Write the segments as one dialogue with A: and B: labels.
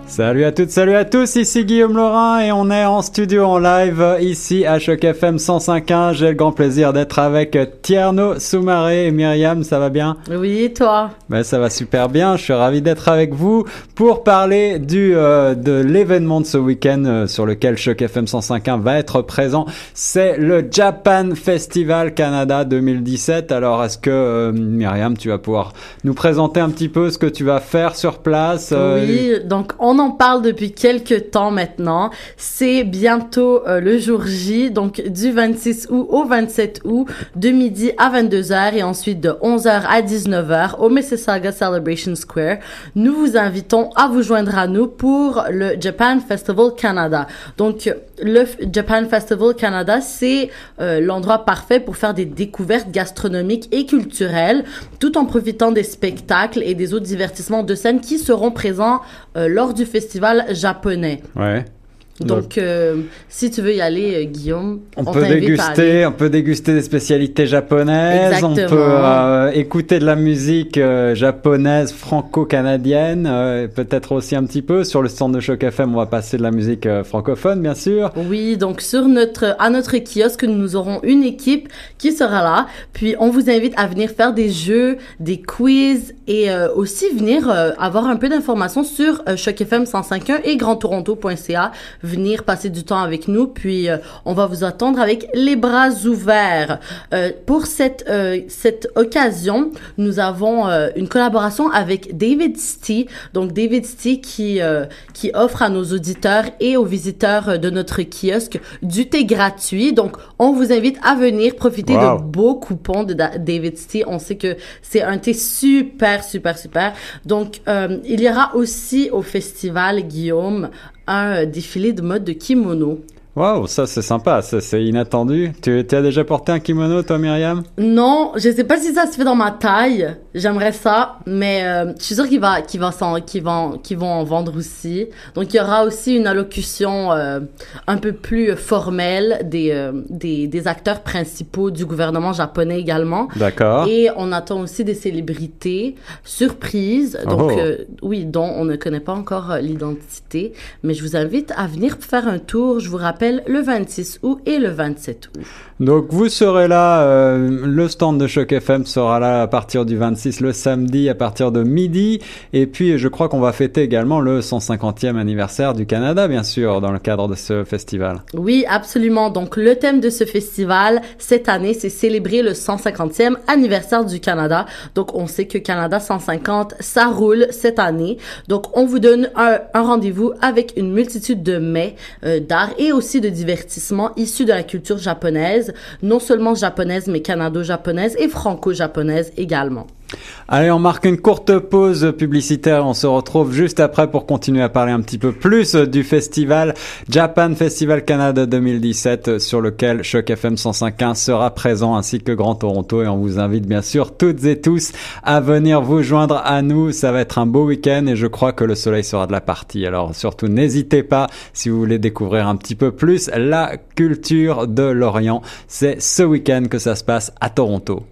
A: Salut à toutes, salut à tous, ici Guillaume Laurin et on est en studio en live ici à Choc FM 105.1. J'ai le grand plaisir d'être avec Tierno Soumaré et Myriam, ça va bien?
B: Oui, toi?
A: Ben, ça va super bien, je suis ravi d'être avec vous pour parler de l'événement de ce week-end sur lequel Choc FM 105.1 va être présent. C'est le Japan Festival Canada 2017. Alors est-ce que Myriam, tu vas pouvoir nous présenter un petit peu ce que tu vas faire sur place?
B: Oui, donc on en parle depuis quelques temps maintenant. C'est bientôt le jour J, donc du 26 août au 27 août, de midi à 22h et ensuite de 11h à 19h au Mississauga Celebration Square. Nous vous invitons à vous joindre à nous pour le Japan Festival Canada. Donc, le Japan Festival Canada, c'est l'endroit parfait pour faire des découvertes gastronomiques et culturelles, tout en profitant des spectacles et des autres divertissements de scène qui seront présents lors du festival japonais.
A: Ouais.
B: Donc, si tu veux y aller, Guillaume,
A: on peut déguster des spécialités japonaises.
B: Exactement.
A: On peut écouter de la musique japonaise franco-canadienne, peut-être aussi un petit peu. Sur le stand de Choc FM, on va passer de la musique francophone, bien sûr.
B: Oui, donc à notre kiosque, nous aurons une équipe qui sera là. Puis, on vous invite à venir faire des jeux, des quiz et aussi venir avoir un peu d'informations sur Choc FM 105.1 et grandtoronto.ca. Venir passer du temps avec nous, puis on va vous attendre avec les bras ouverts. Pour cette occasion, nous avons une collaboration avec David City. Donc David City qui offre à nos auditeurs et aux visiteurs de notre kiosque du thé gratuit. Donc on vous invite à venir profiter de beaux coupons de David City. On sait que c'est un thé super. Donc il y aura aussi au festival, Guillaume, un défilé de mode de kimono.
A: Waouh, ça c'est sympa, ça c'est inattendu. Tu as déjà porté un kimono, toi, Myriam?
B: Non, je sais pas si ça se fait dans ma taille. J'aimerais ça, mais je suis sûre qu'ils vont en vendre aussi. Donc il y aura aussi une allocution un peu plus formelle des acteurs principaux du gouvernement japonais également.
A: D'accord.
B: Et on attend aussi des célébrités surprises, donc oui, dont on ne connaît pas encore l'identité. Mais je vous invite à venir faire un tour. Je vous rappelle le 26 août et le 27 août.
A: Donc vous serez là, le stand de Choc FM sera là à partir du 26, le samedi à partir de midi. Et puis je crois qu'on va fêter également le 150e anniversaire du Canada, bien sûr, dans le cadre de ce festival.
B: Oui, absolument. Donc le thème de ce festival cette année, c'est célébrer le 150e anniversaire du Canada. Donc on sait que Canada 150, ça roule cette année. Donc on vous donne un rendez-vous avec une multitude de mets d'art et aussi de divertissement issus de la culture japonaise, non seulement japonaise, mais canado-japonaise et franco-japonaise également.
A: Allez, on marque une courte pause publicitaire. On se retrouve juste après pour continuer à parler un petit peu plus du festival Japan Festival Canada 2017 sur lequel Choc FM 105.1 sera présent ainsi que Grand Toronto et on vous invite bien sûr toutes et tous à venir vous joindre à nous. Ça va être un beau week-end et je crois que le soleil sera de la partie. Alors surtout n'hésitez pas si vous voulez découvrir un petit peu plus la culture de l'Orient. C'est ce week-end que ça se passe à Toronto.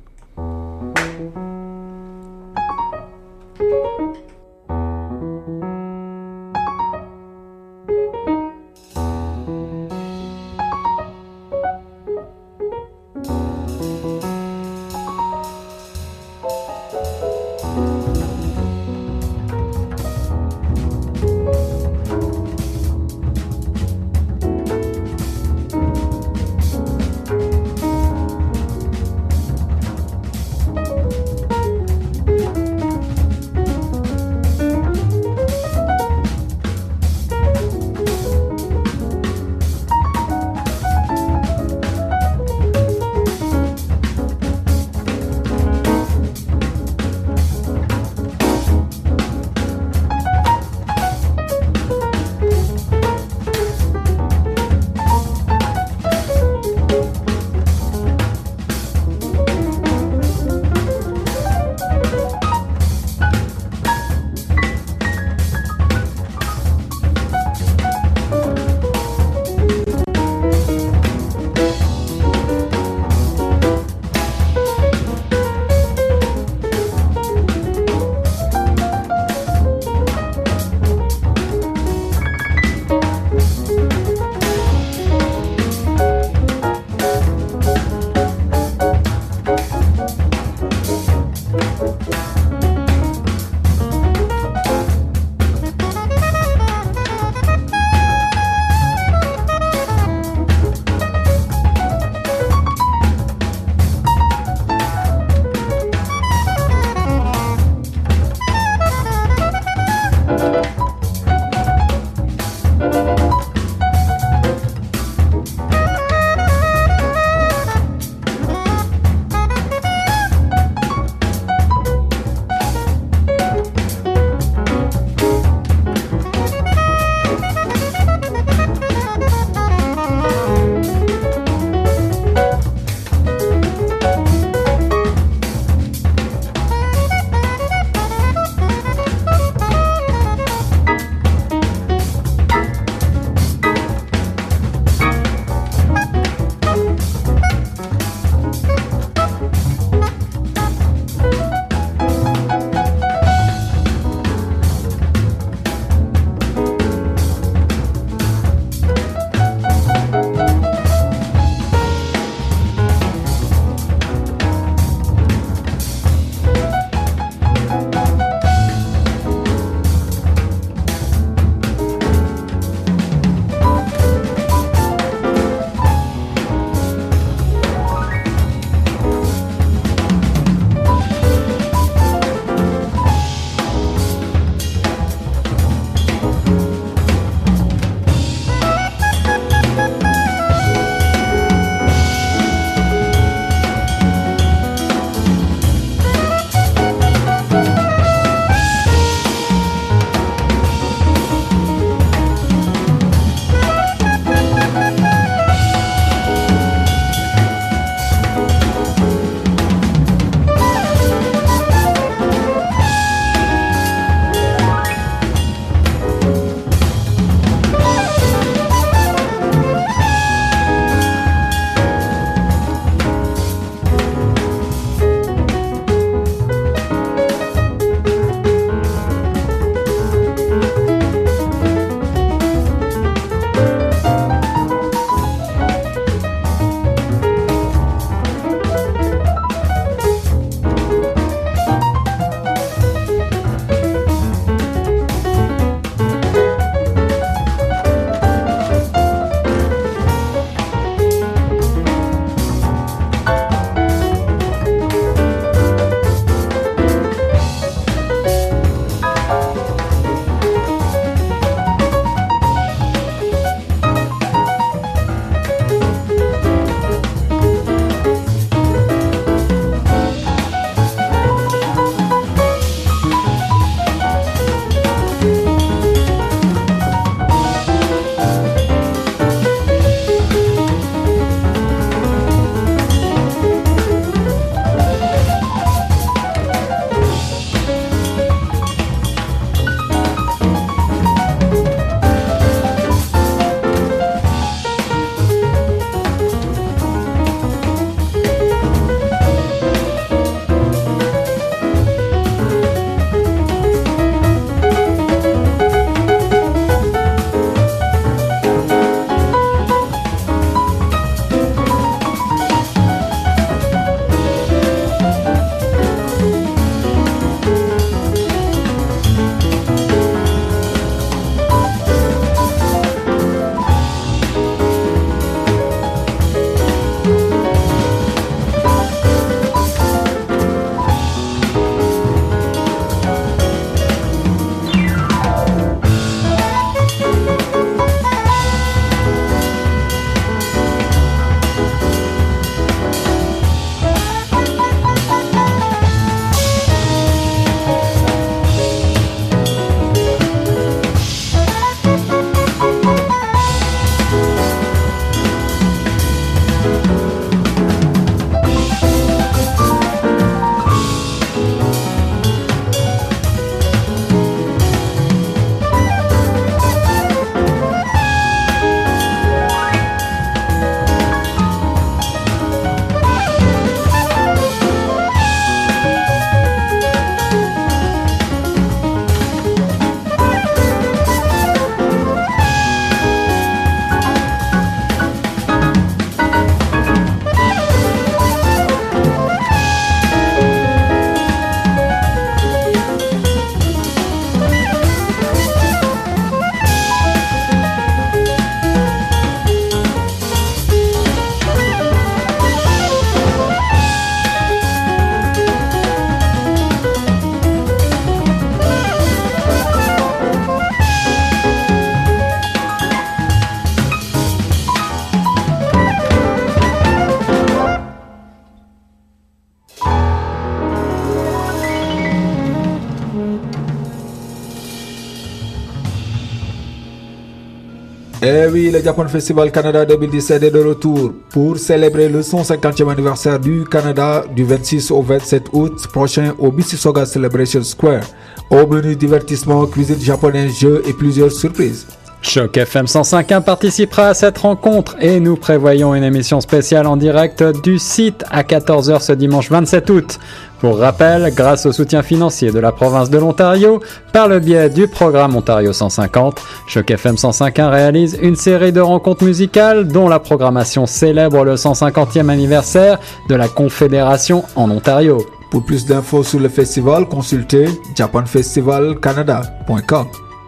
C: Eh oui, le Japan Festival Canada 2017 est de retour pour célébrer le 150e anniversaire du Canada du 26 au 27 août prochain au Mississauga Celebration Square. Au menu divertissement, cuisine japonaise, jeux et plusieurs surprises.
A: Choc FM 105.1 participera à cette rencontre et nous prévoyons une émission spéciale en direct du site à 14h ce dimanche 27 août. Pour rappel, grâce au soutien financier de la province de l'Ontario, par le biais du programme Ontario 150, Choc FM 105.1 réalise une série de rencontres musicales dont la programmation célèbre le 150e anniversaire de la Confédération en Ontario.
C: Pour plus d'infos sur le festival, consultez japanfestivalcanada.com.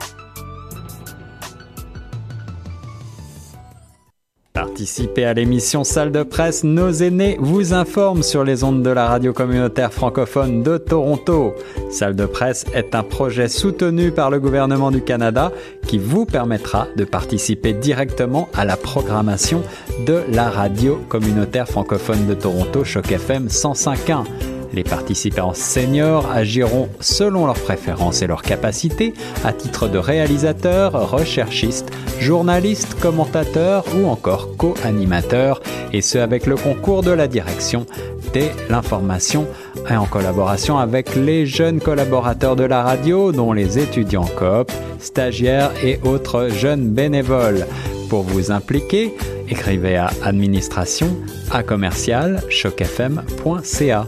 A: Participez à l'émission Salle de presse Nos aînés vous informent sur les ondes de la radio communautaire francophone de Toronto. Salle de presse est un projet soutenu par le gouvernement du Canada qui vous permettra de participer directement à la programmation de la radio communautaire francophone de Toronto, Choc FM 105.1. Les participants seniors agiront selon leurs préférences et leurs capacités à titre de réalisateurs, recherchistes, journalistes, commentateurs ou encore co-animateurs, et ce avec le concours de la direction de l'information et en collaboration avec les jeunes collaborateurs de la radio, dont les étudiants coop, stagiaires et autres jeunes bénévoles. Pour vous impliquer, écrivez à administration@chocfm.ca.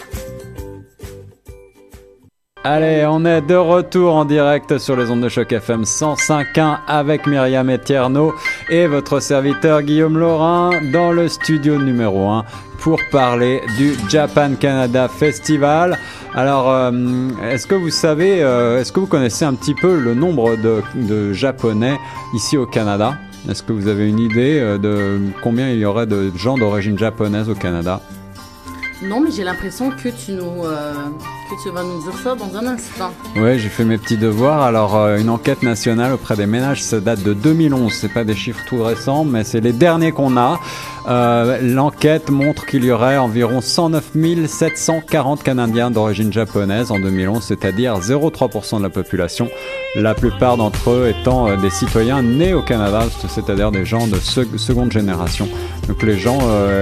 A: Allez, on est de retour en direct sur les ondes de Choc FM 105.1 avec Myriam Etierno et votre serviteur Guillaume Laurin dans le studio numéro 1 pour parler du Japan Canada Festival. Alors, est-ce que vous savez, est-ce que vous connaissez un petit peu le nombre de Japonais ici au Canada? Est-ce que vous avez une idée de combien il y aurait de gens d'origine japonaise au Canada?
B: Non, mais j'ai l'impression que tu vas nous dire ça dans un instant.
A: Oui, j'ai fait mes petits devoirs. Alors, une enquête nationale auprès des ménages, ça date de 2011. C'est pas des chiffres tout récents, mais c'est les derniers qu'on a. L'enquête montre qu'il y aurait environ 109 740 Canadiens d'origine japonaise en 2011, c'est-à-dire 0,3% de la population. La plupart d'entre eux étant des citoyens nés au Canada, c'est-à-dire des gens de seconde génération. Donc les gens,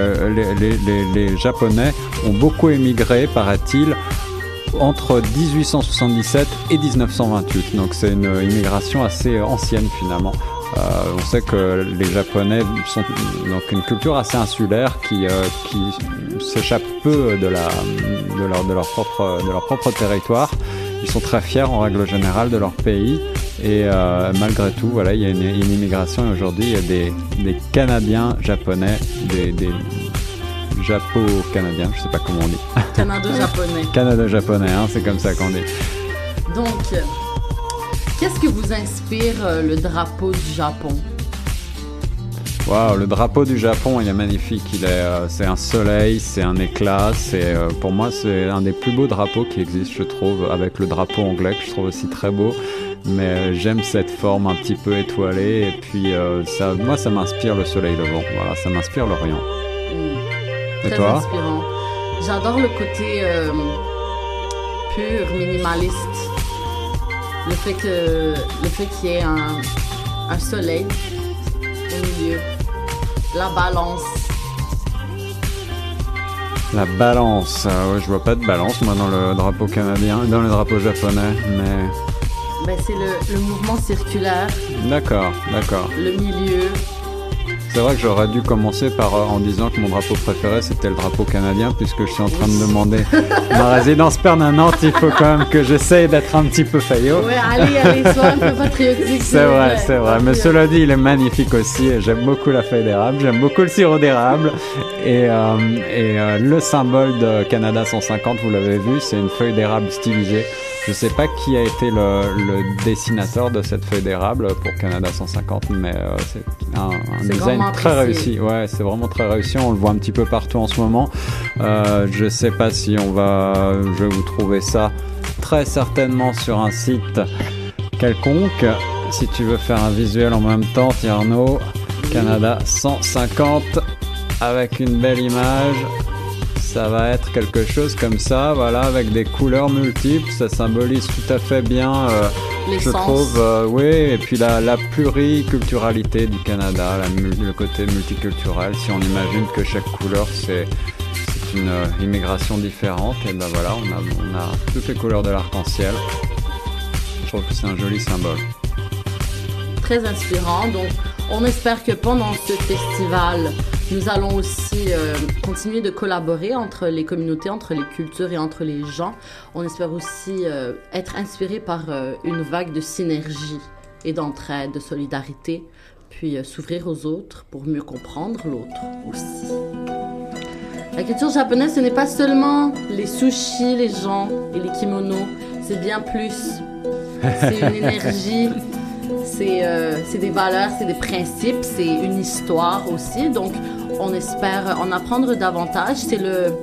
A: les Japonais ont beaucoup émigré, paraît-il, entre 1877 et 1928. Donc c'est une immigration assez ancienne finalement. On sait que les Japonais sont donc une culture assez insulaire qui s'échappe peu de leur propre territoire. Ils sont très fiers en règle générale de leur pays et malgré tout, voilà, il y a une immigration et aujourd'hui il y a des Canadiens japonais, des Japo-Canadiens, je sais pas comment on dit.
B: Canado-japonais.
A: Canado-japonais, hein, c'est comme ça qu'on dit.
B: Donc, qu'est-ce que vous inspire le drapeau du Japon?
A: Waouh, le drapeau du Japon, il est magnifique. C'est un soleil, c'est un éclat. Pour moi, c'est un des plus beaux drapeaux qui existent, je trouve, avec le drapeau anglais que je trouve aussi très beau. Mais j'aime cette forme un petit peu étoilée. Et puis, moi, ça m'inspire le soleil levant. Voilà, ça m'inspire l'Orient. Et
B: très
A: toi?
B: Inspirant. J'adore le côté pur, minimaliste. Le fait qu'il y ait un soleil au milieu. La balance.
A: La balance. Ouais, je vois pas de balance, moi, dans le drapeau canadien, dans le drapeau japonais, mais...
B: Ben, c'est le mouvement circulaire.
A: D'accord.
B: Le milieu.
A: C'est vrai que j'aurais dû commencer en disant que mon drapeau préféré c'était le drapeau canadien, puisque je suis en train de demander ma résidence permanente. Il faut quand même que j'essaye d'être un petit peu faillot.
B: Ouais, allez, sois un peu patriotique.
A: C'est vrai. Mais cela dit, il est magnifique aussi. J'aime beaucoup la feuille d'érable, j'aime beaucoup le sirop d'érable. Et le symbole de Canada 150, vous l'avez vu, c'est une feuille d'érable stylisée. Je sais pas qui a été le dessinateur de cette feuille d'érable pour Canada 150, mais c'est un design très réussi. Ouais, c'est vraiment très réussi. On le voit un petit peu partout en ce moment. Je sais pas si je vais vous trouver ça très certainement sur un site quelconque. Si tu veux faire un visuel en même temps, Tierno, Canada 150 avec une belle image. Ça va être quelque chose comme ça, voilà, avec des couleurs multiples. Ça symbolise tout à fait bien Je trouve, oui, et puis la pluriculturalité du Canada, le côté multiculturel. Si on imagine que chaque couleur, c'est une immigration différente, et ben voilà, on a toutes les couleurs de l'arc-en-ciel. Je trouve que c'est un joli symbole.
B: Très inspirant. Donc, on espère que pendant ce festival, nous allons aussi continuer de collaborer entre les communautés, entre les cultures et entre les gens. On espère aussi être inspirés par une vague de synergie et d'entraide, de solidarité, puis s'ouvrir aux autres pour mieux comprendre l'autre aussi. La culture japonaise, ce n'est pas seulement les sushis, les gens et les kimonos, c'est bien plus. C'est une énergie, c'est des valeurs, c'est des principes, c'est une histoire aussi. Donc, on espère en apprendre davantage. C'est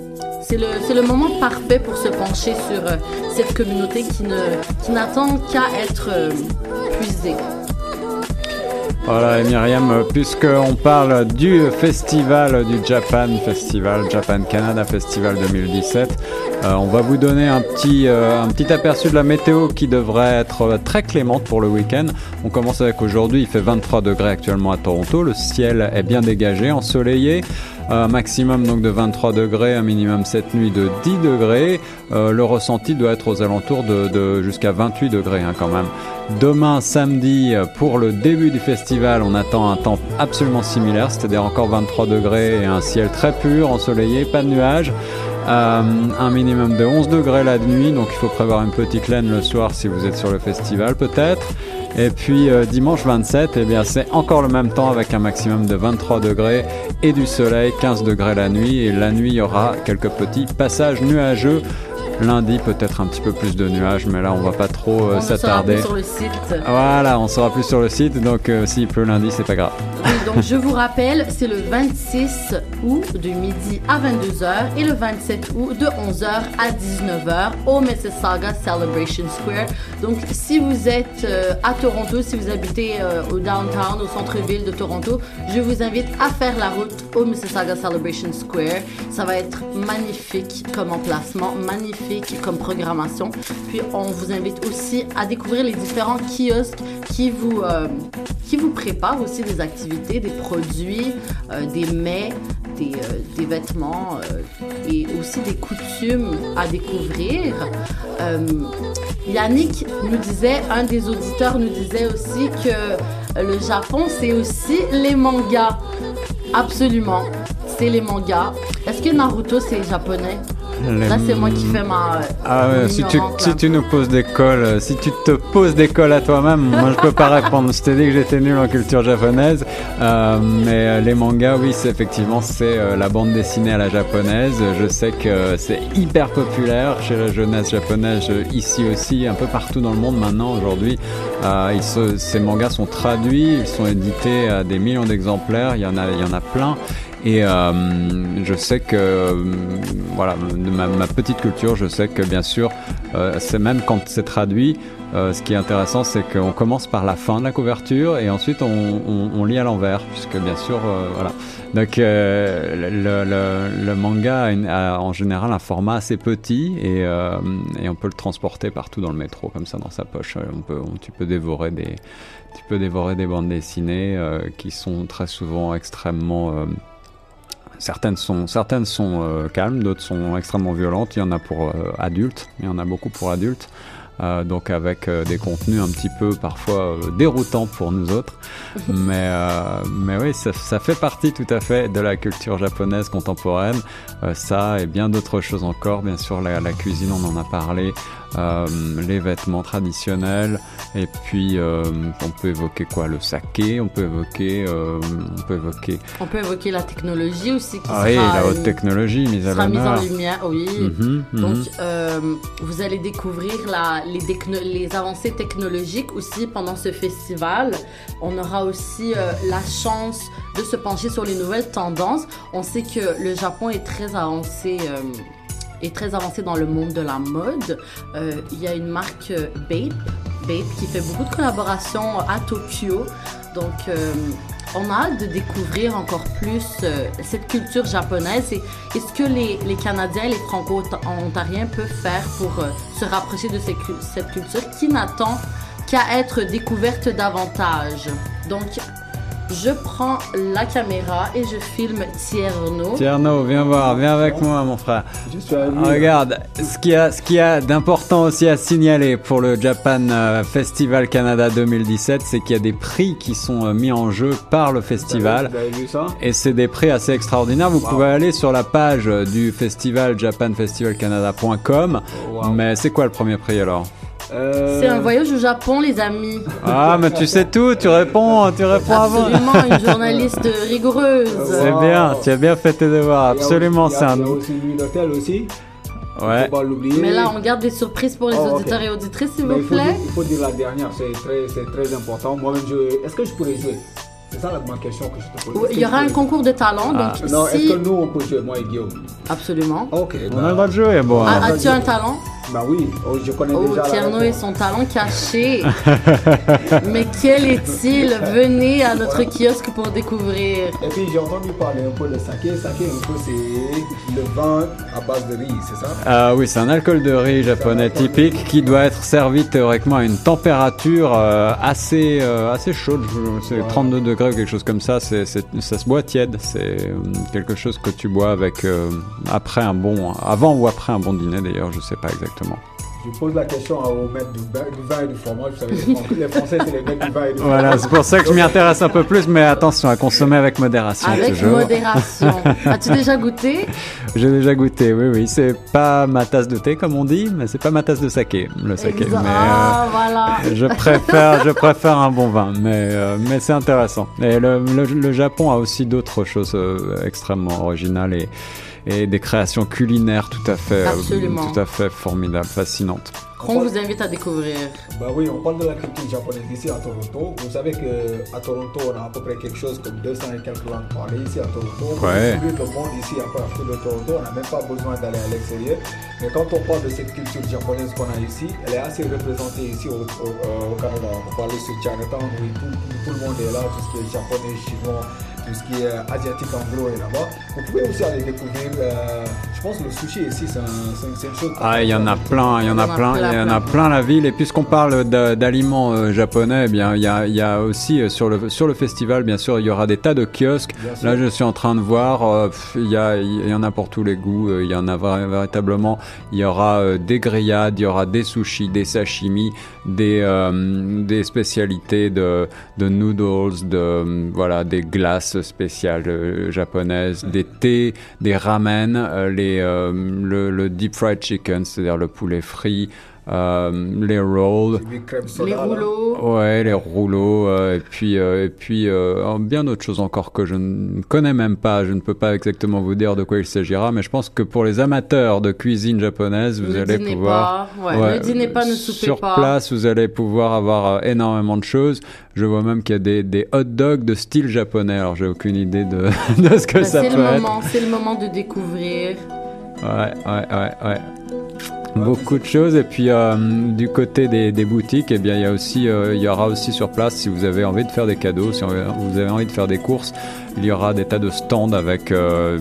B: le moment parfait pour se pencher sur cette communauté qui n'attend qu'à être puisée.
A: Voilà, et Myriam, puisqu'on parle du festival du Japan Canada Festival 2017, on va vous donner un petit aperçu de la météo qui devrait être très clémente pour le week-end. On commence avec aujourd'hui, il fait 23 degrés actuellement à Toronto, le ciel est bien dégagé, ensoleillé. Maximum donc de 23 degrés, un minimum cette nuit de 10 degrés. Le ressenti doit être aux alentours de jusqu'à 28 degrés quand même. Demain, samedi, pour le début du festival, on attend un temps absolument similaire, c'est-à-dire encore 23 degrés et un ciel très pur, ensoleillé, pas de nuages. Un minimum de 11 degrés la nuit, donc il faut prévoir une petite laine le soir si vous êtes sur le festival peut-être. Et puis dimanche 27, eh bien, c'est encore le même temps avec un maximum de 23 degrés et du soleil, 15 degrés la nuit. Et la nuit, il y aura quelques petits passages nuageux. Lundi, peut-être un petit peu plus de nuages, mais là, on va pas trop s'attarder.
B: On sera plus sur le site.
A: Voilà, on sera plus sur le site, donc s'il pleut lundi, c'est pas grave.
B: Oui, donc je vous rappelle, c'est le 26 août de midi à 22h et le 27 août de 11h à 19h au Mississauga Celebration Square. Donc, si vous êtes à Toronto, si vous habitez au downtown, au centre-ville de Toronto, je vous invite à faire la route au Mississauga Celebration Square. Ça va être magnifique comme emplacement, magnifique comme programmation. Puis on vous invite aussi à découvrir les différents kiosques qui vous préparent aussi des activités, des produits, des mets, des vêtements et aussi des coutumes à découvrir. Yannick nous disait, un des auditeurs nous disait aussi que le Japon, c'est aussi les mangas. Absolument, c'est les mangas. Est-ce que Naruto, c'est japonais? Là, c'est moi qui fais ma.
A: Si tu nous poses des cols, si tu te poses des cols à toi-même, moi je peux pas répondre. Je t'ai dit que j'étais nul en culture japonaise, mais les mangas, oui, c'est effectivement la bande dessinée à la japonaise. Je sais que c'est hyper populaire chez la jeunesse japonaise, ici aussi, un peu partout dans le monde maintenant aujourd'hui. Ces mangas sont traduits, ils sont édités à des millions d'exemplaires. Il y en a plein. Et je sais que, voilà, de ma petite culture, je sais que bien sûr, c'est même quand c'est traduit, ce qui est intéressant, c'est qu'on commence par la fin de la couverture et ensuite on lit à l'envers, puisque bien sûr, voilà. Donc le manga a en général un format assez petit et on peut le transporter partout dans le métro comme ça dans sa poche. Tu peux dévorer des bandes dessinées qui sont très souvent extrêmement Certaines sont calmes, d'autres sont extrêmement violentes. Il y en a pour adultes, il y en a beaucoup pour adultes. Donc avec des contenus un petit peu parfois déroutants pour nous autres. Mais oui, ça fait partie tout à fait de la culture japonaise contemporaine. Ça et bien d'autres choses encore. Bien sûr, la cuisine, on en a parlé. Les vêtements traditionnels. Et puis, on peut évoquer quoi? Le saké, on peut évoquer
B: la technologie aussi qui
A: sera la haute technologie mise à l'honneur.
B: Mise en lumière, oui. Donc, vous allez découvrir les avancées technologiques aussi pendant ce festival. On aura aussi la chance de se pencher sur les nouvelles tendances. On sait que le Japon est très avancé dans le monde de la mode. Il y a une marque Bape qui fait beaucoup de collaborations à Tokyo. Donc, on a hâte de découvrir encore plus cette culture japonaise et ce que les Canadiens et les Franco-Ontariens peuvent faire pour se rapprocher de cette culture qui n'attend qu'à être découverte davantage. Donc, je prends la caméra et je filme Tierno.
A: Tierno, viens voir, viens avec moi, mon frère.
C: Je suis arrivé.
A: Regarde, ce qu'il y a d'important aussi à signaler pour le Japan Festival Canada 2017, c'est qu'il y a des prix qui sont mis en jeu par le festival.
C: Vous avez vu ça?
A: Et c'est des prix assez extraordinaires. Vous pouvez aller sur la page du festival japanfestivalcanada.com.
C: Wow.
A: Mais c'est quoi le premier prix alors?
B: C'est un voyage au Japon, les amis.
A: Ah, mais tu sais tout, tu réponds avant.
B: Absolument, une journaliste rigoureuse.
A: C'est bien, tu as bien fait tes devoirs, absolument.
C: Il y a aussi nuit d'hôtel aussi.
A: Ouais.
C: Faut pas l'oublier.
B: Mais là, on garde des surprises pour les auditeurs
C: ok.
B: et auditrices, s'il
C: Mais
B: vous plaît.
C: il faut dire la dernière, c'est très important. Moi-même, est-ce que je pourrais jouer? C'est ça ma question que je te pose.
B: Il y aura un concours de talent, donc
C: Non,
B: si...
C: est-ce que nous, on peut jouer, moi et Guillaume?
B: Absolument.
C: Ok.
A: On a le droit de jouer, bon.
B: As-tu un talent?
C: Bah oui, je connais
B: Oh,
C: déjà
B: Tierno
C: la
B: et
C: réponse.
B: son talent caché. Mais quel est-il? Venez à notre kiosque pour découvrir.
C: Et puis j'ai entendu parler un peu de saké. Saké, un peu, c'est le vin à base de riz, c'est ça?
A: Oui, c'est un alcool de riz japonais typique qui doit être servi théoriquement à une température assez chaude. C'est 32 degrés ou quelque chose comme ça. Ça se boit tiède. C'est quelque chose que tu bois avec avant ou après un bon dîner d'ailleurs, je sais pas exactement.
C: Je pose la question aux maîtres du vin et du fromage. Vous savez, les Français, c'est les maîtres du vin et du fromage.
A: Voilà, c'est pour ça que je m'y intéresse un peu plus, mais attention, à consommer avec modération
B: Avec
A: toujours.
B: modération. As-tu déjà goûté?
A: J'ai déjà goûté, oui. C'est pas ma tasse de thé comme on dit, mais c'est pas ma tasse de saké, le saké.
B: Exact.
A: Mais,
B: Ah, voilà.
A: je préfère un bon vin, mais c'est intéressant. Et le Japon a aussi d'autres choses extrêmement originales et des créations culinaires tout à fait formidables, fascinantes.
B: On vous invite à découvrir.
C: Bah oui, on parle de la culture japonaise ici à Toronto. Vous savez qu'à Toronto, on a à peu près quelque chose comme 200 et quelques langues parlées ici à Toronto.
A: Ouais.
C: Pour découvrir le monde ici à partir de Toronto, on n'a même pas besoin d'aller à l'extérieur. Mais quand on parle de cette culture japonaise qu'on a ici, elle est assez représentée ici au Canada. On parle sur Chinatown où tout le monde est là, tout ce qui est japonais, chinois, tout ce qui est asiatique en gros est là-bas. Vous pouvez aussi aller découvrir, je pense que le sushi ici, c'est une chose.
A: Ah, il y en a plein la ville. Et puisqu'on parle d'aliments japonais, eh bien, il y a aussi sur le festival, bien sûr, il y aura des tas de kiosques. Là, je suis en train de voir, il y en a pour tous les goûts. Il y en a véritablement. Il y aura des grillades, il y aura des sushis, des sashimi, des spécialités de noodles, des glaces spéciales japonaises, des thés, des ramen, le deep fried chicken, c'est-à-dire le poulet frit, les rolls,
B: Les rouleaux.
A: ouais, les rouleaux, et puis bien d'autres choses encore que je ne connais même pas. Je ne peux pas exactement vous dire de quoi il s'agira, mais je pense que pour les amateurs de cuisine japonaise, vous allez pouvoir,
B: ne dînez pas, ne soupez
A: sur
B: pas.
A: place, vous allez pouvoir avoir énormément de choses. Je vois même qu'il y a des hot dogs de style japonais. Alors j'ai aucune idée de ce que ça peut être.
B: C'est le moment de découvrir.
A: Ouais. Beaucoup de choses. Et puis du côté des boutiques, eh bien il y aura aussi sur place, si vous avez envie de faire des cadeaux, si vous avez envie de faire des courses, il y aura des tas de stands avec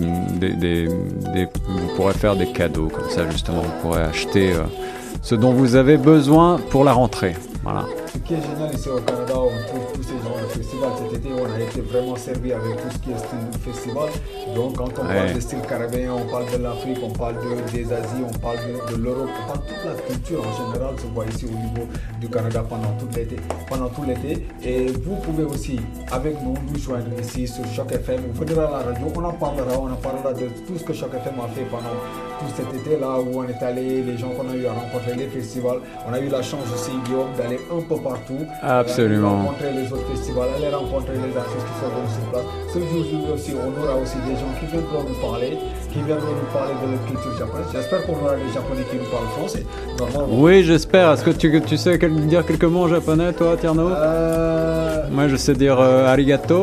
A: vous pourrez faire des cadeaux comme ça, justement, vous pourrez acheter ce dont vous avez besoin pour la rentrée. Voilà.
C: Ce qui est génial ici au Canada, on trouve tous ces genres de festivals. Cet été, on a été vraiment servi avec tout ce qui est style festival. Donc, quand on parle de style caribéen, on parle de l'Afrique, on parle des Asies, on parle de l'Europe, on parle de toute la culture en général se voit ici au niveau du Canada pendant tout l'été. Et vous pouvez aussi, avec nous joindre ici sur Choc FM. Vous venez à la radio, on en parlera de tout ce que Choc FM a fait pendant tout cet été là où on est allé, les gens qu'on a eu à rencontrer, les festivals. On a eu la chance aussi, Guillaume, d'aller un peu partout.
A: Absolument.
C: Rencontrer les autres festivals, aller rencontrer les artistes qui sont venus sur place. Ce jour aussi, on aura aussi des gens qui viendront nous parler de leur culture japonaise. J'espère qu'on aura des Japonais qui nous parlent français. Normalement.
A: Oui, j'espère. Est-ce que tu sais dire quelques mots en japonais, toi, Tierno? Moi, je sais dire arigato.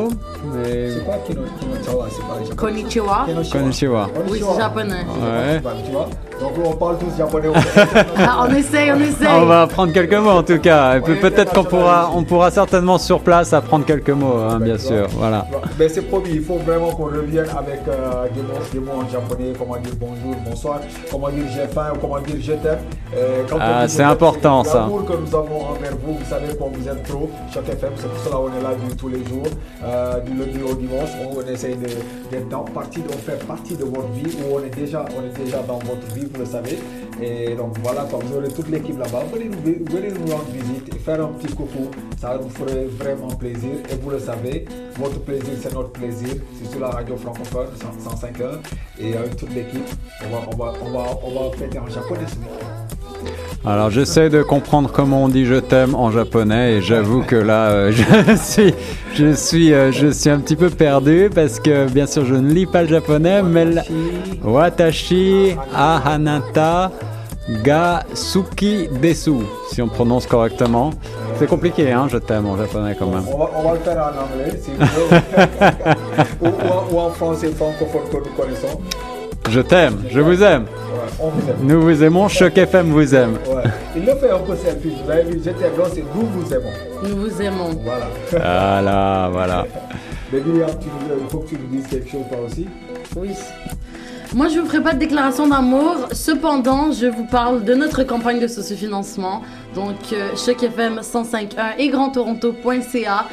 A: mais...
C: C'est quoi Kinochawa? C'est pas japonais.
B: Konnichiwa.
A: Konnichiwa.
B: Oui, c'est japonais.
A: Ouais.
C: Tu vois? Donc on parle tous japonais.
B: Ah, on essaye.
A: On va apprendre quelques mots en tout cas. Et puis peut-être qu'on pourra certainement sur place apprendre quelques mots, hein, bien sûr. Voilà.
C: Mais c'est promis, il faut vraiment qu'on revienne avec des mots en japonais, comment dire bonjour, bonsoir, comment dire j'ai faim, comment dire je t'aime.
A: C'est important ça.
C: L'amour que nous avons envers vous, vous savez qu'on vous aime trop. Choc FM, c'est pour cela qu'on est là tous les jours, du lundi au dimanche. On essaye d'être dans on fait partie de votre vie, où on est déjà dans votre vie, vous le savez. Et donc voilà, quand vous aurez toute l'équipe là-bas, venez nous rendre visite et faire un petit coucou, ça nous ferait vraiment plaisir. Et vous le savez, votre plaisir c'est notre plaisir. C'est sur la radio francophone 105.1 et avec toute l'équipe, on va fêter en japonais.
A: Alors j'essaie de comprendre comment on dit je t'aime en japonais et j'avoue que là je suis un petit peu perdu parce que bien sûr je ne lis pas le japonais, mais watashi ahanata ga suki desu, si on prononce correctement. C'est compliqué, hein, je t'aime en japonais quand même.
C: On va le faire en anglais si vous voulez. ou en français francophone que nous connaissons.
A: Je t'aime, je vous aime.
C: Ouais, on vous aime.
A: Nous vous aimons, Choc FM vous aime.
C: Ouais. Il le fait un peu selfie, vous avez vu, je t'aime, donc c'est nous vous aimons.
B: Nous vous aimons.
C: Voilà.
A: Voilà.
C: Baby, il faut que tu nous dises quelque chose toi aussi.
B: Oui. Moi, je ne vous ferai pas de déclaration d'amour. Cependant, je vous parle de notre campagne de sociofinancement. Donc, Choc FM 105.1 et grandtoronto.ca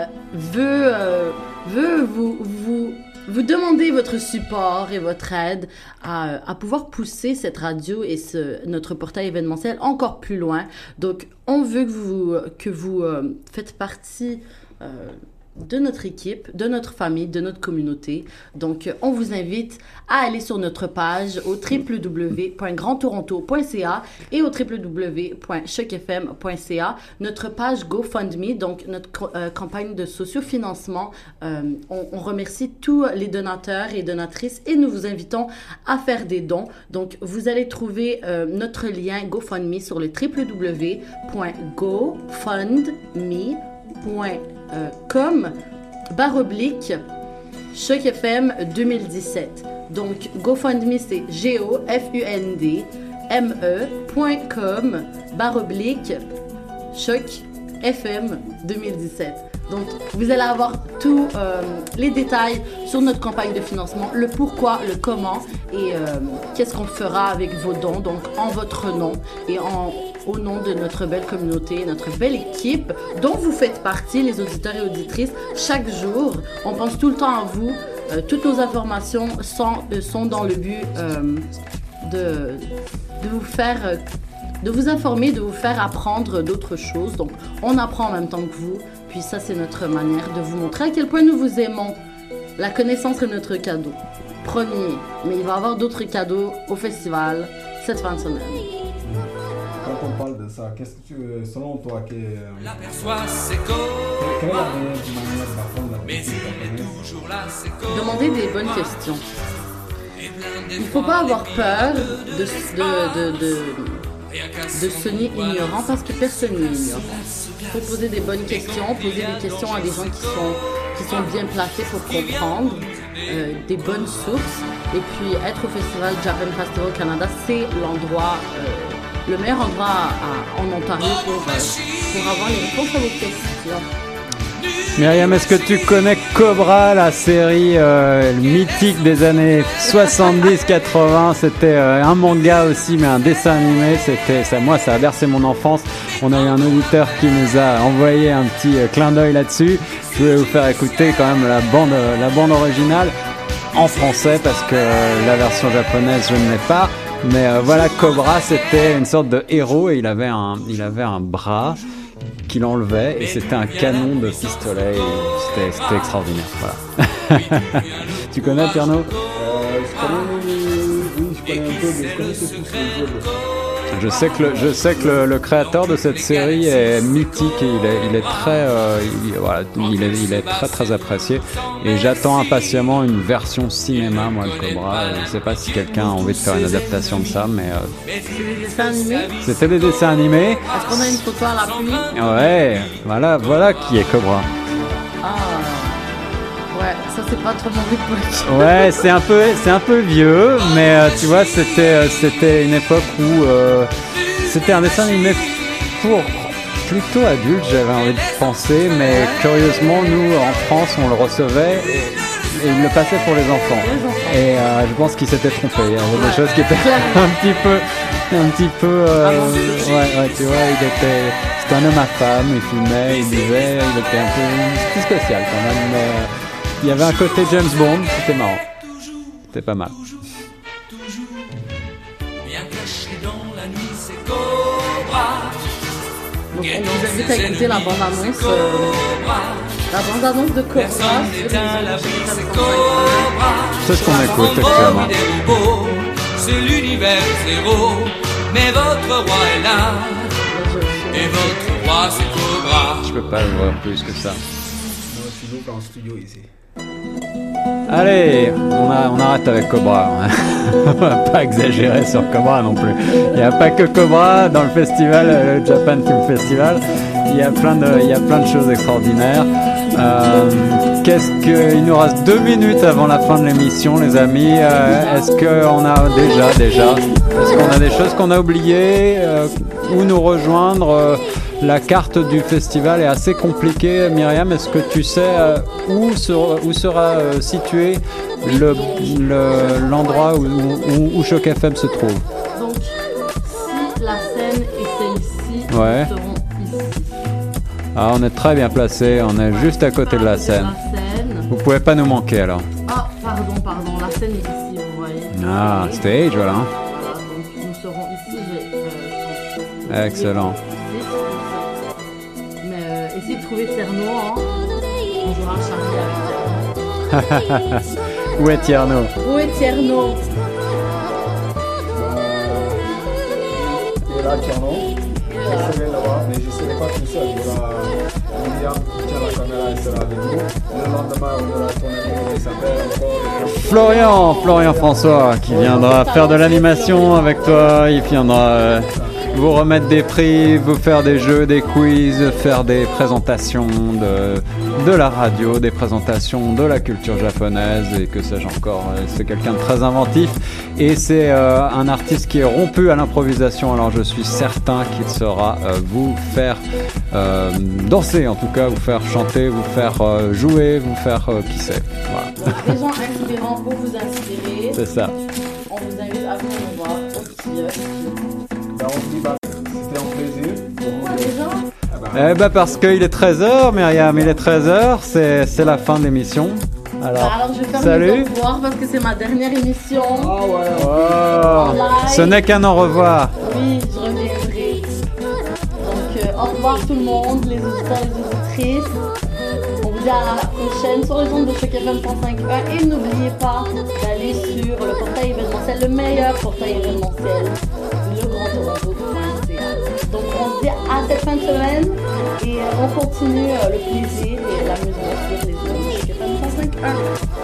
B: veut vous demander votre support et votre aide à pouvoir pousser cette radio et notre portail événementiel encore plus loin. Donc, on veut que vous faites partie de notre équipe, de notre famille, de notre communauté. Donc, on vous invite à aller sur notre page au www.grandtoronto.ca et au www.chocfm.ca, notre page GoFundMe, donc notre campagne de sociofinancement. On remercie tous les donateurs et donatrices et nous vous invitons à faire des dons. Donc, vous allez trouver notre lien GoFundMe sur le www.gofundme.com// Choc FM 2017. Donc, GoFundMe, c'est gofundme.com// Choc FM 2017. Donc, vous allez avoir tous les détails sur notre campagne de financement, le pourquoi, le comment et qu'est-ce qu'on fera avec vos dons, donc en votre nom et au nom de notre belle communauté, notre belle équipe dont vous faites partie, les auditeurs et auditrices. Chaque jour, on pense tout le temps à vous. Toutes nos informations sont dans le but de vous informer, de vous faire apprendre d'autres choses. Donc, on apprend en même temps que vous. Puis ça, c'est notre manière de vous montrer à quel point nous vous aimons. La connaissance est notre cadeau. Premier, mais il va y avoir d'autres cadeaux au festival cette fin de semaine.
C: Quand on parle de ça, qu'est-ce que selon toi, quelle est la meilleure manière d'apprendre la musique japonaise?
B: Demandez des bonnes questions. Il ne faut pas avoir peur de sonner ignorant parce que personne n'est ignorant. Il faut poser des bonnes questions, poser des questions à des gens qui sont bien placés pour comprendre, des bonnes sources. Et puis être au festival Japan Festival Canada, c'est l'endroit, le meilleur endroit en Ontario pour avoir les réponses à vos questions.
A: Myriam, est-ce que tu connais Cobra, la série mythique des années 70-80? C'était un manga aussi, mais un dessin animé. Moi, ça a bercé mon enfance. On a eu un auditeur qui nous a envoyé un petit clin d'œil là-dessus. Je voulais vous faire écouter quand même la bande originale en français parce que la version japonaise, je ne l'ai pas. Mais voilà, Cobra, c'était une sorte de héros et il avait un bras qu'il enlevait et c'était un canon de pistolet et c'était extraordinaire. Voilà. Tu connais, Tierno?
C: Je connais un peu, mais je connaissais tous les jeux.
A: Je sais que le créateur de cette série est mythique et il est très très apprécié et j'attends impatiemment une version cinéma, moi, de Cobra. Je ne sais pas si quelqu'un a envie de faire une adaptation de ça, mais
B: C'est des dessins animés?
A: C'était des dessins animés.
B: Est-ce qu'on a une photo à l'appui?
A: Ouais, voilà qui est Cobra.
B: Ah. ça c'est pas trop mon époque.
A: Ouais, c'est un peu vieux, mais tu vois, c'était une époque où c'était un dessin animé pour plutôt adultes, j'avais envie de penser, mais curieusement, nous, en France, on le recevait et il le passait pour les enfants. Et je pense qu'il s'était trompé. Il y avait des choses qui étaient un petit peu, ouais, tu vois, c'était un homme à femme, il fumait, il buvait, il était un peu spécial quand même, mais il y avait un côté James Bond, c'était marrant. C'était pas mal.
B: Donc on vous invite à écouter la bande-annonce de Cobra sur
A: C'est ce qu'on écoute actuellement.
D: C'est l'univers zéro, mais votre roi est là, et votre roi c'est Cobra.
A: Je peux pas le voir plus que ça.
C: Non, sinon, en studio ici.
A: Allez, on arrête avec Cobra. On va pas exagérer sur Cobra non plus. Il n'y a pas que Cobra dans le festival, le Japan Film Festival. Il y a plein de choses extraordinaires. Il nous reste 2 minutes avant la fin de l'émission, les amis. Est-ce qu'on a est-ce qu'on a des choses qu'on a oubliées, où nous rejoindre? La carte du festival est assez compliquée. Myriam, est-ce que tu sais où sera situé l'endroit où Choc FM se trouve?
B: Donc, si la scène est celle-ci,
A: Ouais.
B: nous serons ici.
A: Ah, on est très bien placé, on est juste à côté de la scène. Vous pouvez pas nous manquer alors.
B: Ah, pardon, la scène est ici, vous voyez.
A: Ah, stage, voilà.
B: Voilà, donc nous serons ici.
A: Excellent.
B: Mais essayez de trouver Tierno, hein. On jouera Charlie avec Tierno.
A: Où est Tierno?
B: Où est Tierno?
C: Il est là, Tierno. Je serai là-bas, mais je ne serai pas tout seul. Il y aura William qui tient la caméra, il sera avec nous. Le lendemain, on aura ton ami qui s'appelle encore
A: Florian François, qui viendra faire de l'animation avec toi. Il viendra vous remettre des prix, vous faire des jeux, des quiz, faire des présentations de la radio, des présentations de la culture japonaise et que sais-je encore. C'est quelqu'un de très inventif et c'est un artiste qui est rompu à l'improvisation. Alors je suis certain qu'il saura vous faire danser, en tout cas vous faire chanter, vous faire jouer, vous faire qui sait. Voilà.
B: Donc, des gens inspirants pour vous inspirer.
A: C'est ça.
B: On vous invite à venir nous voir au kiosque.
C: C'était un plaisir.
B: Pourquoi déjà?
A: Eh ben parce qu'il est 13h, Myriam, il est 13h, c'est la fin de l'émission.
B: Alors je vais faire
A: salut.
B: mes au revoir parce que c'est ma dernière émission.
A: Oh, ce n'est qu'un au revoir.
B: Oui, je reviendrai. Donc au revoir tout le monde, les auditeurs, les auditrices. On vous dit à la prochaine sur les ondes de Choc FM 105.1 et n'oubliez pas d'aller sur le portail événementiel, le meilleur portail événementiel, le Grand Toronto.ca. Donc on se dit à cette fin de semaine et on continue le plaisir et l'amusement sur les ondes de Choc FM 105.1.